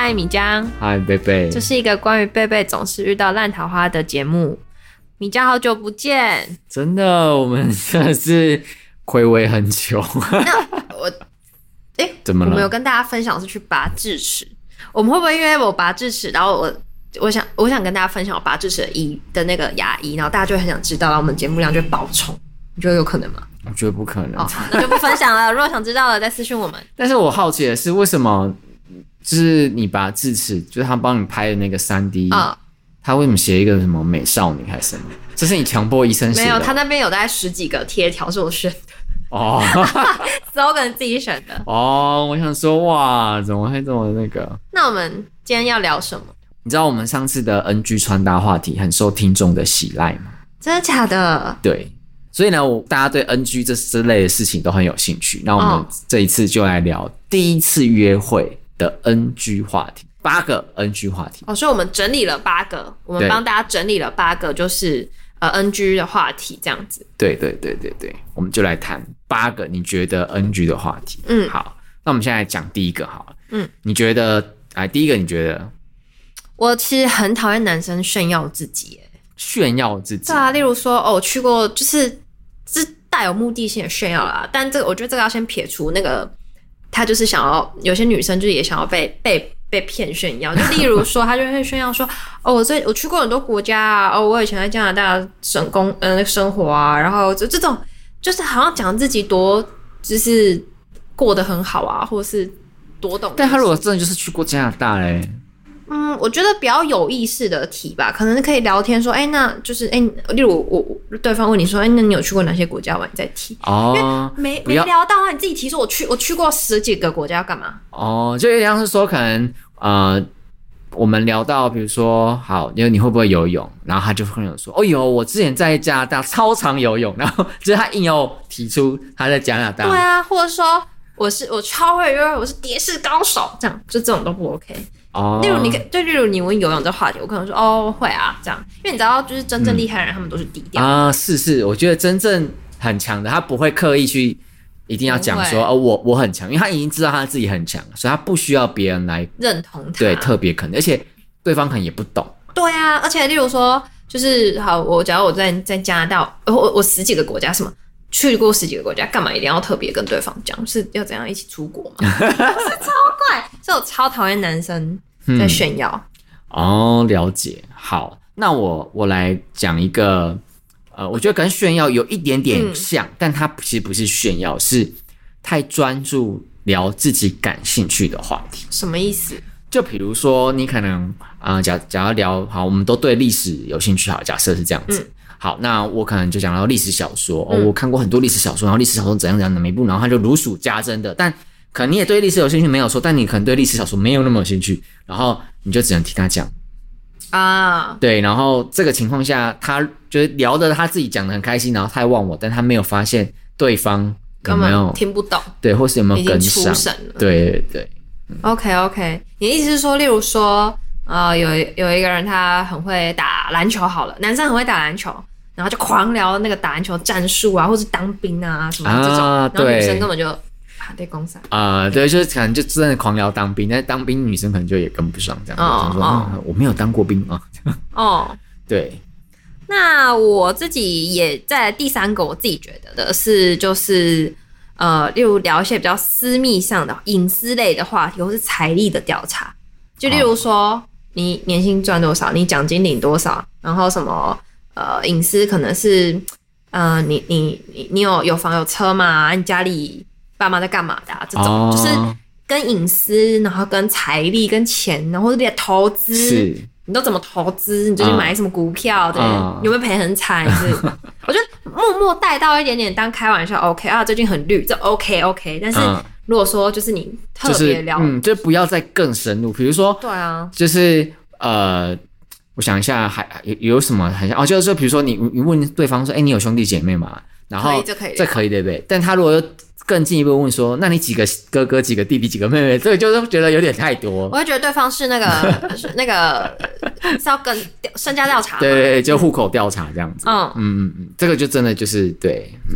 嗨，米江。 嗨，贝贝。 这是一个关于贝贝总是遇到烂桃花的节目。米江，好久不见。 真的，我们真的是睽违很久。 那我， 怎么了？ 我们有跟大家分享是去拔智齿。我们会不会因为我拔智齿，然后我想跟大家分享我拔智齿的那个牙医，然后大家就会很想知道，然后我们节目量就会爆冲？你觉得有可能吗？ 我觉得不可能。 哦，那就不分享了。如果想知道的，再私讯我们。 但是我好奇的是，为什么就是你拔智齿，就是他帮你拍的那个3D，他为什么写一个什么美少女还是什么？这是你强迫医生写的？ 没有，他那边有大概10几个贴条是我选的。 哦 ，slogan 自己选的。 哦，我想说，哇，怎么会这么那个？那我们今天要聊什么？ 你知道我们上次的 NG 穿搭话题很受听众的喜爱吗？ 真的假的？ 对。所以呢，大家对 NG 这类的事情都很有兴趣。那我们这一次就来聊第一次约会的 NG 话题，8个 NG 话题。 所以我们整理了8个，我们帮大家整理了8个，就是NG 的话题这样子。 对，我们就来谈8个你觉得 NG 的话题。好，那我们现在来讲第一个好了。你觉得第一个你觉得？ 我其实很讨厌男生炫耀自己耶。 炫耀自己？对啊，例如说我去过，就是带有目的性的炫耀啦。但我觉得这个要先撇除那个，他就是想要，有些女生就是也想要被骗炫耀。就例如说，他就会炫耀说，我去过很多国家啊，我以前在加拿大生活啊，然后这种就是好像讲自己多就是过得很好啊，或者是多懂。 但他如果真的就是去过加拿大嘞？ 我觉得比较有意识的提吧，可能可以聊天说，那就是例如对方问你说，那你有去过哪些国家玩？你再提因为没聊到啊，你自己提说我去过10几个国家要干嘛？ 就有点像是说，可能我们聊到比如说，好，你会不会游泳？然后他就会有说，我之前在加拿大超常游泳，然后就是他硬要提出他在加拿大。 对啊，或者说我超会游泳，我是蝶式高手，这样就这种都不 OK。例如你问游泳这话题，我可能说会啊这样，因为你知道就是真正厉害的人，他们都是低调啊。是，我觉得真正很强的，他不会刻意去一定要讲说我很强，因为他已经知道他自己很强，所以他不需要别人来认同他。 对，特别可能，而且对方可能也不懂。 对啊，而且例如说就是好，假如我在加拿大，我10几个国家什么。去过10几个国家，干嘛一定要特别跟对方讲？是要怎样一起出国吗？是超怪，所以我超讨厌男生在炫耀。 了解。好，那我来讲一个，我觉得跟炫耀有一点点像，但它其实不是炫耀，是太专注聊自己感兴趣的话题。 什么意思？ 就比如说，你可能假如聊好，我们都对历史有兴趣，好，假设是这样子。好，那我可能就讲到历史小说我看过很多历史小说，然后历史小说怎样怎样的每一部，然后他就如数家珍的。但可能你也对历史有兴趣，没有错，但你可能对历史小说没有那么有兴趣，然后你就只能听他讲啊。对，然后这个情况下，他就是聊的他自己讲的很开心，然后他还忘我，但他没有发现对方有没有听不懂， 对，或是有没有跟上， 已经出神了。 对。 OK， 你的意思是说，例如说有一个人他很会打篮球，好了，男生很会打篮球。然后就狂聊那个打篮球战术啊，或是当兵啊什么这种，然后女生根本就对公司对，就是可能就真的狂聊当兵，但是当兵女生可能就也跟不上这样。说我没有当过兵啊。对。 那我自己也在第3个，我自己觉得的是就是例如聊一些比较私密上的隐私类的话题，或是财力的调查，就例如说你年薪赚多少，你奖金领多少，然后什么。隐私可能是，你有房有车吗？你家里爸妈在干嘛的这种，就是跟隐私，然后跟财力、跟钱，然后这些投资，你都怎么投资？你最近买什么股票？对，有没有赔很惨？我觉得默默带到一点点当开玩笑 ，OK 啊，最近很绿，这 OK， 但是如果说就是你特别聊， 就不要再更深入，比如说， 对啊， 就是我想一下，还有什么很像就是说，比如说你问对方说，你有兄弟姐妹吗？然後這可以對不對？但他如果更進一步問說，那你幾個哥哥、幾個弟弟、幾個妹妹，這個就是覺得有點太多。 我會覺得對方是那個是要跟身家調查， 對，就戶口調查這樣子。這個就真的就是對，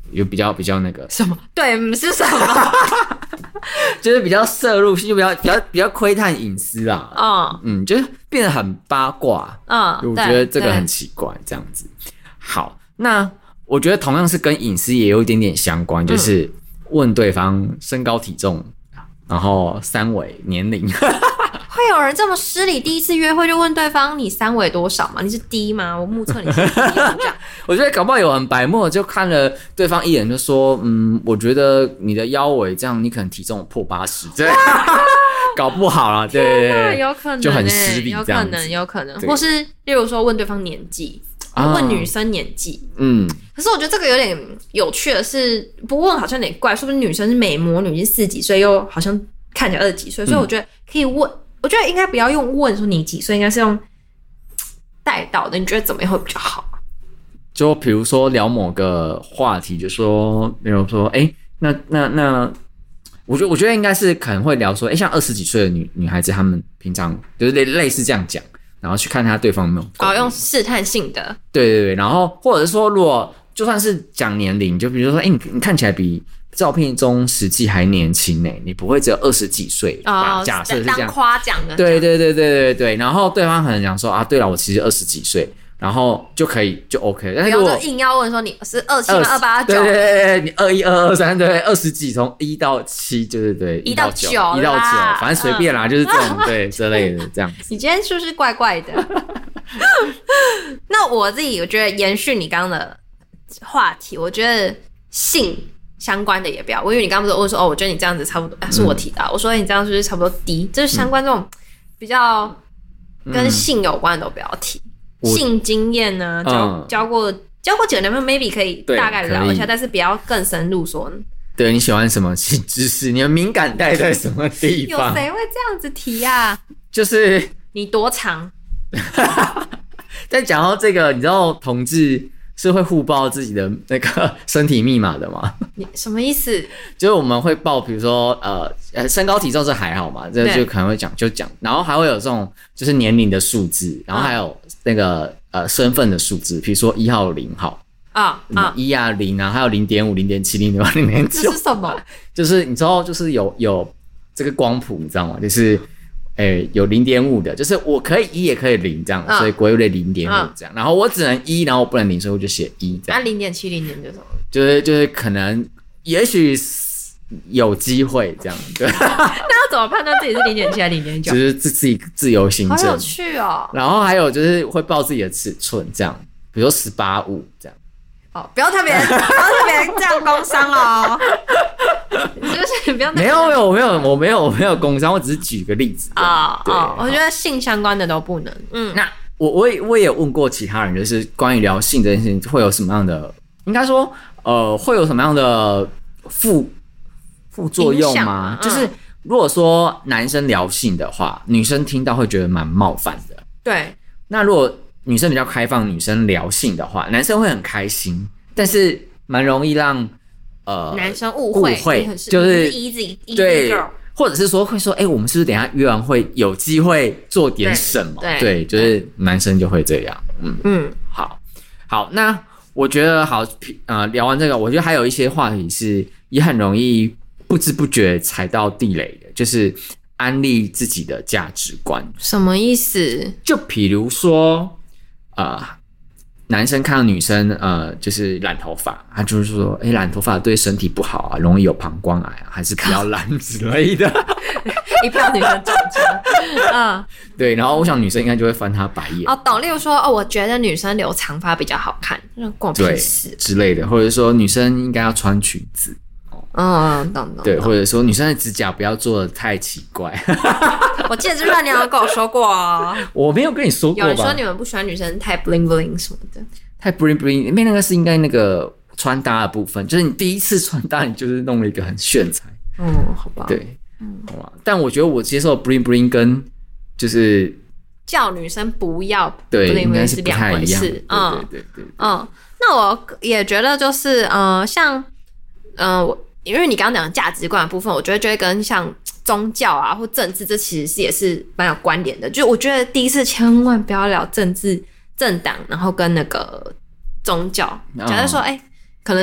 有比较那个什么？对，是什么？ 就是比较涉入性，就比较窥探隐私啦。就是变得很八卦。我觉得这个很奇怪，这样子。好，那我觉得同样是跟隐私也有一点点相关，就是问对方身高体重，然后三围年龄。 会有人这么失礼？第一次约会就问对方你三围多少吗？你是 D 吗？我目测你是 D 这样。 我觉得搞不好有很白目，就看了对方一眼就说，我觉得你的腰围这样，你可能体重破80，对，搞不好啦，对， 有可能， 就很失礼， 有可能，或是例如说问对方年纪，问女生年纪，可是我觉得这个有点有趣的是，不问好像有点怪，说不定女生是美魔女，是40几岁，又好像看起来20几岁，所以我觉得可以问。我觉得应该不要用问说你几岁，应该是用带到的。你觉得怎么样会比较好？ 就比如说聊某个话题，就说，比如说，那，我觉得应该是可能会聊说，像20几岁的女孩子，她们平常就是类似这样讲，然后去看她对方有没有用试探性的， 对，然后或者是说，如果就算是讲年龄，就比如说，你看起来比照片中实际还年轻呢，你不会只有20几岁吧？假设是这样， 当夸奖的。 对，然后对方可能讲说啊，对了，我其实20几岁，然后就可以就 OK。但是如果硬要问说你是27吗？28、29？ 对，你21、22、23，对，20几从1到7，就是对 1到9， 反正随便啦，就是这种对之类的这样子。 你今天是不是怪怪的？那我自己我觉得延续你刚刚的话题，我觉得性相关的也不要，因为你刚刚不是问说我觉得你这样子差不多，是我提到，我说你这样是不是差不多低，就是相关这种比较跟性有关的都不要提，性经验呢，交过几个男朋友 maybe 可以大概聊一下，但是不要更深入说。 对，你喜欢什么性知识？你的敏感带在什么地方？ 有谁会这样子提啊？ 就是你多长？ 但讲到这个，你知道同志是会互报自己的那个身体密码的吗？ 你什么意思？ 就是我们会报，比如说身高体重这还好嘛，这就可能会讲，然后还会有这种就是年龄的数字，然后还有那个身份的数字，比如说1号、0号1啊、0啊，还有0.5、0.7、0.8、0.9， 这是什么？ 就是你知道，就是有这个光谱，你知道吗？就是有0.5的，就是我可以1也可以0这样，所以归类0.5这样。然后我只能1，然后我不能0，所以我就写1这样。 那0.7、0.9什么？ 就是可能，也许有机会这样。对。 那要怎么判断自己是0.7还是0.9？ 就是自己自由行政。 好有趣哦。 然后还有就是会报自己的尺寸这样，比如说18.5这样。 不要特别这样工商哦。就是不要没有，我没有工商，我只是举个例子我觉得性相关的都不能。 那我也有问过其他人，就是关于聊性这件事情会有什么样的，应该说会有什么样的副作用吗？就是如果说男生聊性的话，女生听到会觉得蛮冒犯的。对。那如果女生比较开放，女生聊性的话，男生会很开心，但是蛮容易让男生误会， 就是 easy 对 girl， 或者是说会说，我们是不是等一下约完会有机会做点什么？对，就是男生就会这样。好，那我觉得聊完这个，我觉得还有一些话题是也很容易不知不觉踩到地雷的，就是安利自己的价值观。 什么意思？ 就比如说男生看到女生就是染头发，他就是说染头发对身体不好啊，容易有膀胱癌啊，还是不要染之类的。 一票女生中枪。 对，然后我想女生应该就会翻他白眼。 懂。例如说我觉得女生留长发比较好看，关我屁事之类的，或者说女生应该要穿裙子。 懂。 对，或者说女生的指甲不要做的太奇怪。 我记得这段你好像跟我说过哦。 我没有跟你说过吧？ 有人说你们不喜欢女生太 bling bling 什么的。 太 bling bling， 因为那个是应该那个穿搭的部分，就是你第一次穿搭，你就是弄了一个很炫彩。 好吧。 对，好吧。但我觉得我接受 bling bling 跟就是叫女生不要 bling bling 是两回事。 对。 那我也觉得就是像因为你刚刚讲的价值观的部分，我觉得就会跟像宗教啊或政治，这其实也是蛮有关联的。就我觉得第一次千万不要聊政治、政党，然后跟那个宗教。假设说，可能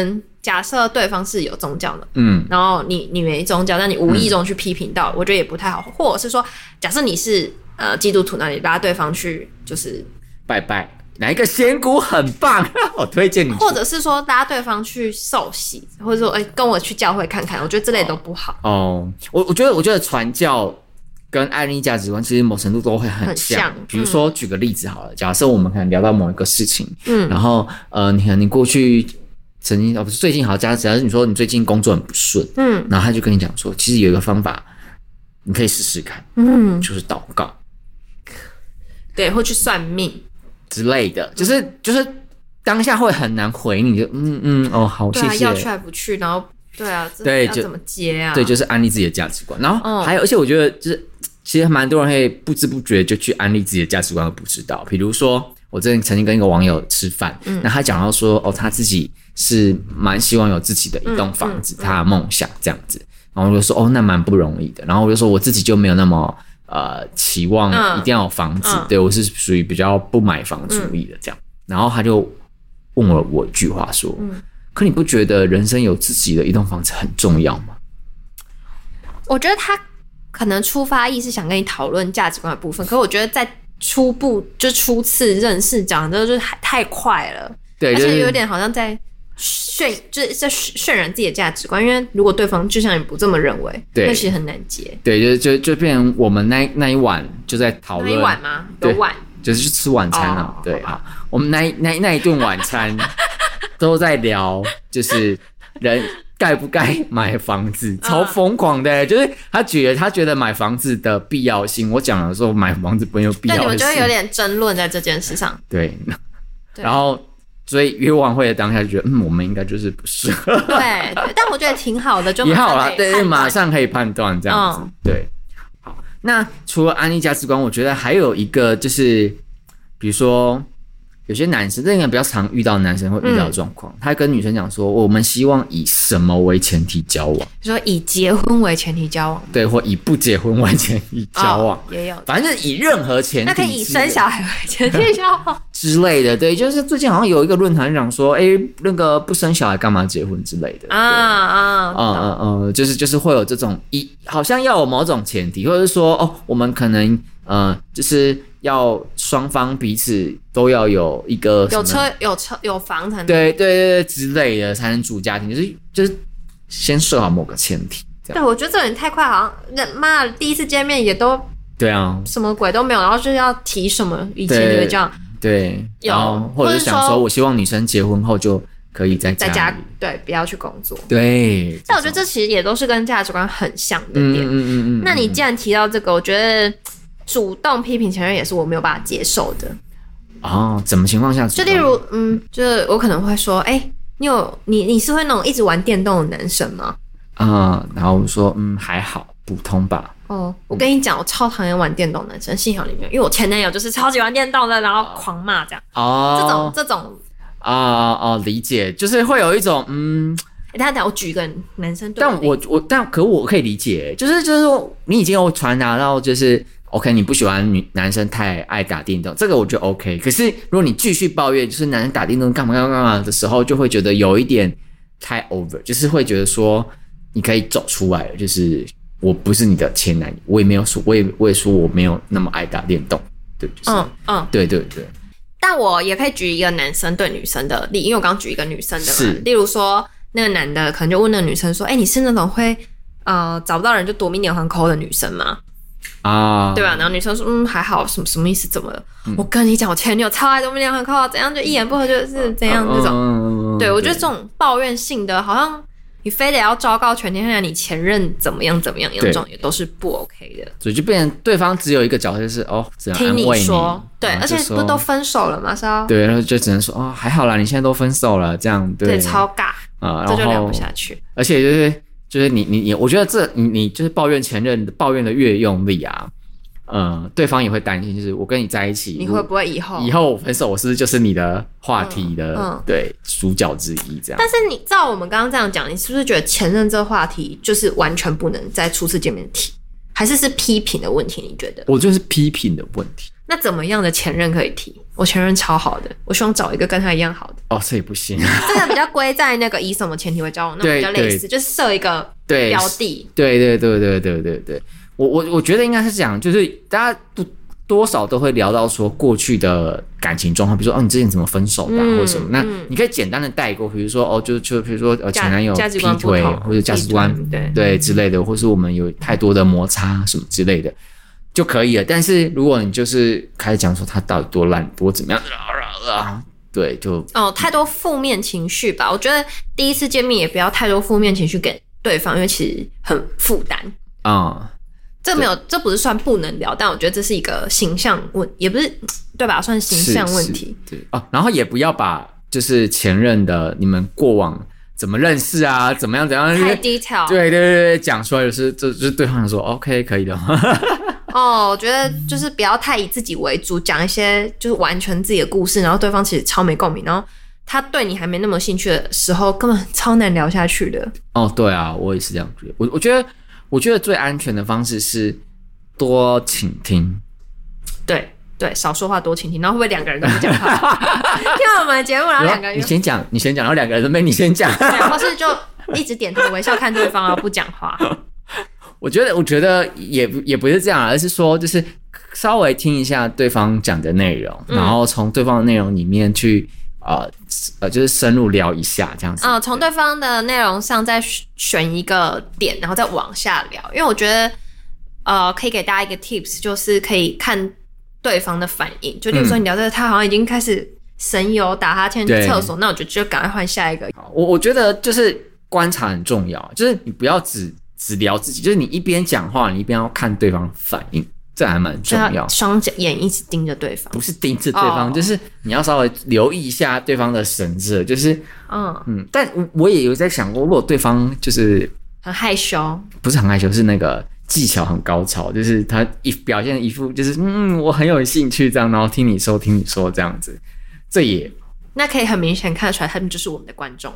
假设对方是有宗教的， 然后你没宗教，但你无意中去批评到，我觉得也不太好。或者是说，假设你是基督徒，那你拉对方去就是拜拜。哪一个仙姑很棒，我推荐你去。 或者是说拉对方去受洗，或者说跟我去教会看看，我觉得这类都不好。 我觉得传教跟安利价值观其实某程度都会很像。比如说举个例子好了，假设我们可能聊到某一个事情，然后你过去曾经不是最近好，假设你说你最近工作很不顺，然后他就跟你讲说，其实有一个方法你可以试试看，就是祷告， 对，或去算命之类的，就是当下会很难回你，就好，谢谢。 要去还不去，然后对啊， 对， 要怎么接啊？ 对，就是安利自己的价值观。然后还有，而且我觉得就是其实蛮多人会不知不觉就去安利自己的价值观，而不知道。比如说，我之前曾经跟一个网友吃饭，那他讲到说，他自己是蛮希望有自己的一栋房子，他的梦想这样子。然后我就说，那蛮不容易的。然后我就说，我自己就没有那么期望一定要有房子，对，我是属于比较不买房主义的这样。然后他就问了我一句话说，可你不觉得人生有自己的一栋房子很重要吗？ 我觉得他可能出发意是想跟你讨论价值观的部分，可是我觉得在初次认识讲的就是太快了， 对， 而且有点好像在渲染自己的价值观，因为如果对方就像你不这么认为，那其实很难接。 对，就变成我们那一晚就在讨论那一晚吗？有晚， 就是去吃晚餐了。对，好，我们那一顿晚餐都在聊，就是人该不该买房子，超疯狂的，就是他觉得买房子的必要性，我讲的时候买房子没有必要性， 对，你们就会有点争论在这件事上。 对，然后。所以约完会的当下就觉得，我们应该就是不适合。 对，但我觉得挺好的，就也好啦，对，马上可以判断这样子。对，好，那除了安利价值观，我觉得还有一个就是，比如说有些男生，这应该比较常遇到男生会遇到的状况，他跟女生讲说，我们希望以什么为前提交往？ 比如说以结婚为前提交往， 对，或以不结婚为前提交往， 也有， 反正以任何前提， 那可以以生小孩为前提交往之类的。对，就是最近好像有一个论坛讲说，那个不生小孩干嘛结婚之类的就是会有这种好像要有某种前提，或者是说我们可能就是要双方彼此都要有一个有车有房才能对之类的才能组家庭，就是先设好某个前提。 对，我觉得这人太快，好像妈第一次见面也都对啊， 什么鬼都没有，然后就是要提什么以前你会这样对，然后或者是想说我希望女生结婚后就可以在家里对，不要去工作。 对， 但我觉得这其实也都是跟价值观很像的点。那你既然提到这个，我觉得主动批评前任也是我没有办法接受的。 怎么情况下？ 就例如，就是我可能会说，你是会那种一直玩电动的男生吗？ 然后我说，还好，普通吧。 我跟你讲，我超讨厌玩电动的男生，幸好里面，因为我前男友就是超级玩电动的，然后狂骂这样。这种理解，就是会有一种等我举一个男生对但可我可以理解，就是说你已经有传达到，就是 OK， 你不喜欢男生太爱打电动，这个我觉得 OK。可是如果你继续抱怨，就是男生打电动干嘛的时候，就会觉得有一点太 over， 就是会觉得说你可以走出来了，就是我不是你的前男友，我也没有说，我也说我没有那么爱打电动，对，就是对。 但我也可以举一个男生对女生的例，因为我刚举一个女生的嘛，例如说那个男的可能就问那个女生说，你是那种会找不到人就夺命连环call的女生吗？对吧？然后女生说还好，什么意思？怎么了？我跟你讲，我前女友超爱夺命连环call，怎样就一言不合就是怎样这种。对，我觉得这种抱怨性的，好像你非得要昭告全天下你前任怎么样，这种也都是不 OK 的。 所以就变成对方只有一个角色，就是只能安慰听你说，对，而且不都分手了吗？是要对，然后就只能说还好啦，你现在都分手了，这样对， 超尬这就聊不下去。 而且就是你，我觉得你就是抱怨前任，抱怨的越用力啊，对方也会担心，就是我跟你在一起， 你会不会以后我分手，我是不是就是你的话题的对主角之一这样？ 但是你照我们刚刚这样讲，你是不是觉得前任这话题就是完全不能在初次见面提？ 还是批评的问题？你觉得？ 我觉得是批评的问题。 那怎么样的前任可以提？我前任超好的，我希望找一个跟他一样好的。 哦，这也不行。 这个比较归在那个以什么前提为交往，那比较类似，就是设一个标的。 对，我觉得应该是这样，就是大家多少都会聊到说过去的感情状况，比如说你之前怎么分手的或者什么，那你可以简单的带过，比如说就比如说前男友劈腿或者价值观对之类的，或是我们有太多的摩擦什么之类的就可以了。但是如果你就是开始讲说他到底多烂多怎么样对，就太多负面情绪吧。我觉得第一次见面也不要太多负面情绪给对方，因为其实很负担这不是算不能聊，但我觉得这是一个形象问，也不是对吧？算形象问题。 对然后也不要把就是前任的你们过往怎么认识啊，怎么样太 detail。 对，讲出来就是对方说 OK 可以的。 我觉得就是不要太以自己为主，讲一些就是完全自己的故事，然后对方其实超没共鸣，然后他对你还没那么兴趣的时候，根本超难聊下去的。 对啊，我也是这样觉得。我觉得最安全的方式是多倾听。 对，少说话多倾听，然后会不会两个人都不讲话？听完我们的节目，然后两个人你先讲，然后两个人都没你先讲， 对，或是就一直点头微笑看对方，然后不讲话。 我觉得也不是这样，而是说就是稍微听一下对方讲的内容，然后从对方的内容里面去就是深入聊一下这样子。 从对方的内容上再选一个点，然后再往下聊。因为我觉得可以给大家一个 tips， 就是可以看对方的反应。就例如说你聊这他好像已经开始神游打哈欠去厕所，那我就赶快换下一个。 我觉得就是观察很重要，就是你不要只聊自己，就是你一边讲话，你一边要看对方反应，这还蛮重要。 双眼一直盯着对方， 不是盯着对方，就是你要稍微留意一下对方的神色，就是但我也有在想过，如果对方就是很害羞， 不是很害羞，是那个技巧很高超，就是他表现一副就是我很有兴趣这样，然后听你说这样子，这也那可以很明显看得出来，他们就是我们的观众。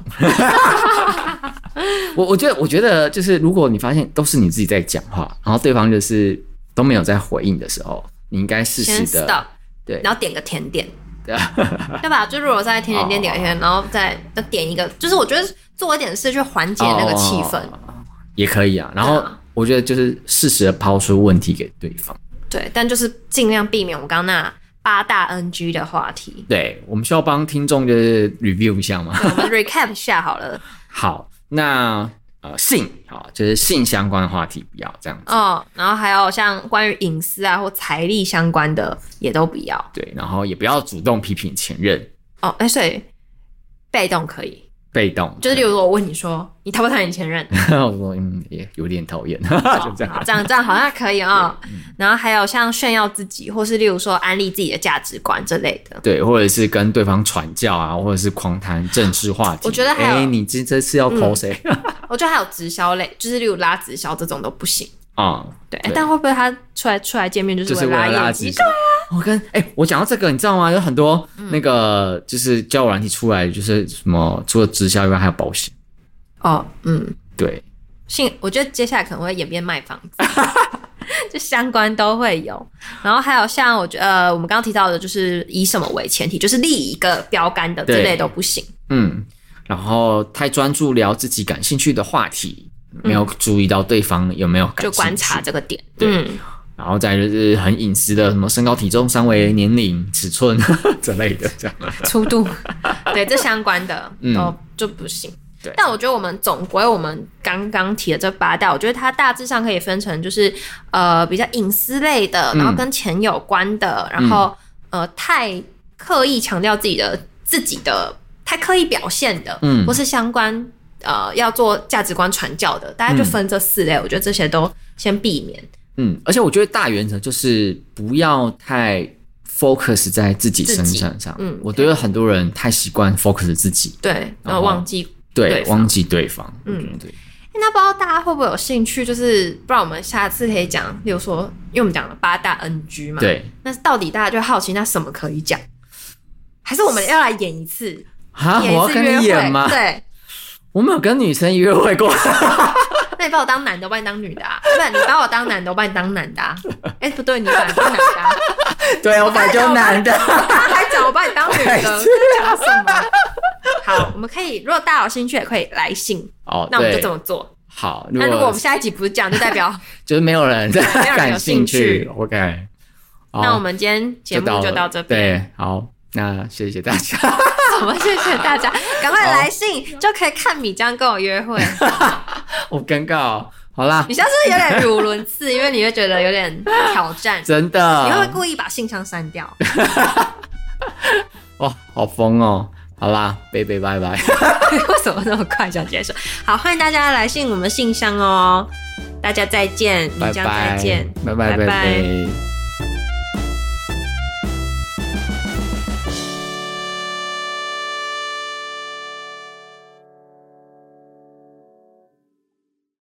我觉得就是如果你发现都是你自己在讲话，然后对方就是都没有在回应的时候，你应该适时的 stop， 对， 然后点个甜点，对吧？就如果在甜点店点一天，然后再点一个，就是我觉得做一点事去缓解那个气氛， 也可以啊。然后我觉得就是适时的抛出问题给对方， 对，但就是尽量避免我刚刚那8大 NG 的话题。 对，我们需要帮听众就是 review 一下嘛。 我们 recap 一下好了。 好，那性就是性相关的话题不要这样子然后还有像关于隐私啊或财力相关的也都不要。 对，然后也不要主动批评前任所以被动可以。 被动就是例如我问你说你讨不讨厌前任， 我说也有点讨厌。就这样， 这样好像可以然后还有像炫耀自己，或是例如说安利自己的价值观之类的， 对，或者是跟对方传教啊，或者是狂谈政治话题。 我觉得还有你这次要 call 谁？ 我觉得还有直销类，就是例如拉直销这种都不行。 对， 但会不会他出来见面就是为了拉业绩？对啊，我讲到这个，你知道吗？有很多那个就是交友软体出来，就是什么除了直销以外还有保险。对， 我觉得接下来可能会演变卖房子，就相关都会有。然后还有像我觉得我们刚刚提到的，就是以什么为前提，就是立一个标杆的，这类都不行。 然后太专注聊自己感兴趣的话题，没有注意到对方有没有感兴趣， 就观察这个点。 对，然后再就是很隐私的什么身高体重三围年龄尺寸之类的这样粗度，对，这相关的就不行。 对， 但我觉得我们总归我们刚刚提的这8大，我觉得它大致上可以分成就是比较隐私类的，然后跟钱有关的，然后太刻意强调自己的太刻意表现的，或是相关要做价值观传教的，大家就分这4类，我觉得这些都先避免。 而且我觉得大原则就是不要太 focus 在自己身上。我觉得很多人太习惯 focus 自己， 对，然后忘记对方。对。 那不知道大家会不会有兴趣，就是不然我们下次可以讲，比如说，因为我们讲了8大 NG 嘛， 对， 那到底大家就好奇，那什么可以讲？还是我们要来演一次？ 我要跟你演吗？ 对， 我没有跟女生约会过。 那把我当男的，我把你当女的啊？不然你把我当男的，我把你当男的啊？不对，你本来是男的啊。 对，我本来就男的。 我刚刚还讲我把你当女的，在讲什么？好，我们可以，如果大家有兴趣，也可以来信。那我们就这么做。 好， 那如果我们下一集不是这样，就代表就是没有人感兴趣。OK， 那我们今天节目就到这边。 对，好，那谢谢大家。 什么？谢谢大家，赶快来信就可以看米浆跟我约会。 好尴尬哦。好啦， 你现在是有点语无伦次，因为你会觉得有点挑战。 真的？ 你会不会故意把信箱删掉？ 哇，好疯哦！好啦，拜拜。 为什么那么快就要结束？好，欢迎大家来信我们信箱哦。大家再见，米浆再见， 拜拜。